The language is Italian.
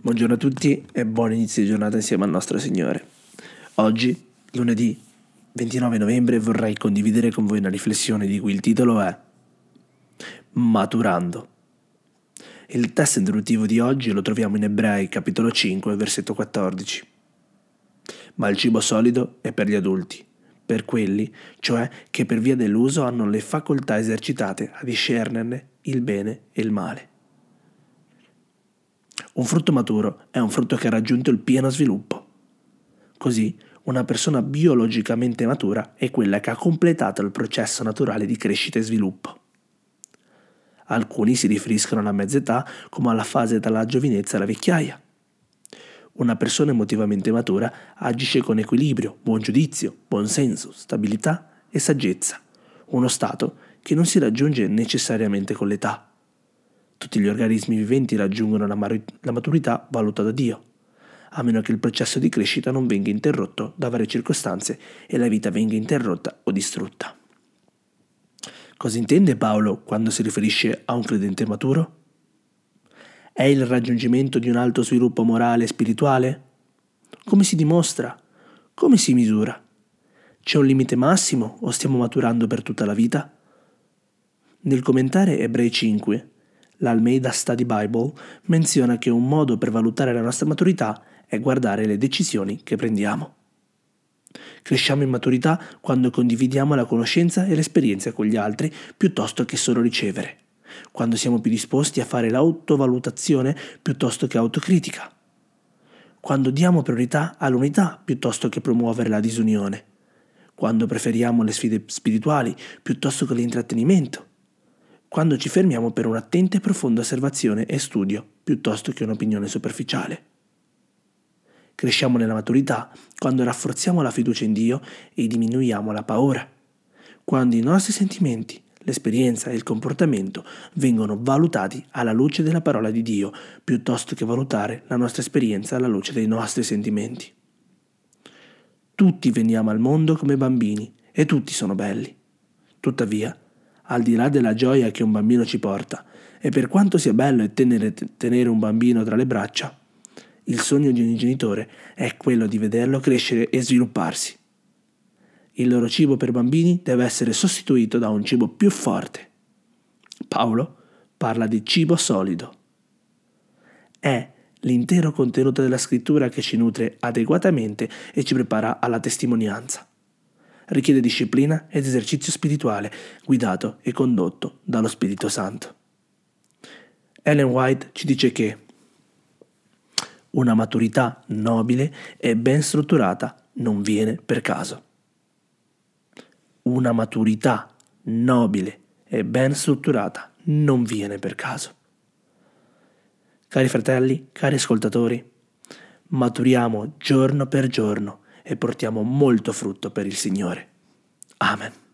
Buongiorno a tutti e buon inizio di giornata insieme al nostro Signore. Oggi, lunedì 29 novembre, vorrei condividere con voi una riflessione di cui il titolo è Maturando. Il testo introduttivo di oggi lo troviamo in Ebrei capitolo 5, versetto 14. Ma il cibo solido è per gli adulti, per quelli, cioè che per via dell'uso hanno le facoltà esercitate a discernerne il bene e il male. Un frutto maturo è un frutto che ha raggiunto il pieno sviluppo. Così, una persona biologicamente matura è quella che ha completato il processo naturale di crescita e sviluppo. Alcuni si riferiscono alla mezza età come alla fase dalla giovinezza alla vecchiaia. Una persona emotivamente matura agisce con equilibrio, buon giudizio, buon senso, stabilità e saggezza, uno stato che non si raggiunge necessariamente con l'età. Tutti gli organismi viventi raggiungono la maturità voluta da Dio, a meno che il processo di crescita non venga interrotto da varie circostanze e la vita venga interrotta o distrutta. Cosa intende Paolo quando si riferisce a un credente maturo? È il raggiungimento di un alto sviluppo morale e spirituale? Come si dimostra? Come si misura? C'è un limite massimo o stiamo maturando per tutta la vita? Nel commentare Ebrei 5, l'Almeida Study Bible menziona che un modo per valutare la nostra maturità è guardare le decisioni che prendiamo. Cresciamo in maturità quando condividiamo la conoscenza e l'esperienza con gli altri piuttosto che solo ricevere, quando siamo più disposti a fare l'autovalutazione piuttosto che autocritica, quando diamo priorità all'unità piuttosto che promuovere la disunione, quando preferiamo le sfide spirituali piuttosto che l'intrattenimento, quando ci fermiamo per un'attenta e profonda osservazione e studio piuttosto che un'opinione superficiale. Cresciamo nella maturità quando rafforziamo la fiducia in Dio e diminuiamo la paura, quando i nostri sentimenti, l'esperienza e il comportamento vengono valutati alla luce della parola di Dio piuttosto che valutare la nostra esperienza alla luce dei nostri sentimenti. Tutti veniamo al mondo come bambini e tutti sono belli. Tuttavia, al di là della gioia che un bambino ci porta, e per quanto sia bello tenere un bambino tra le braccia, il sogno di ogni genitore è quello di vederlo crescere e svilupparsi. Il loro cibo per bambini deve essere sostituito da un cibo più forte. Paolo parla di cibo solido. È l'intero contenuto della scrittura che ci nutre adeguatamente e ci prepara alla testimonianza. Richiede disciplina ed esercizio spirituale, guidato e condotto dallo Spirito Santo. Ellen White ci dice che una maturità nobile e ben strutturata non viene per caso. Una maturità nobile e ben strutturata non viene per caso. Cari fratelli, cari ascoltatori, maturiamo giorno per giorno e portiamo molto frutto per il Signore. Amen.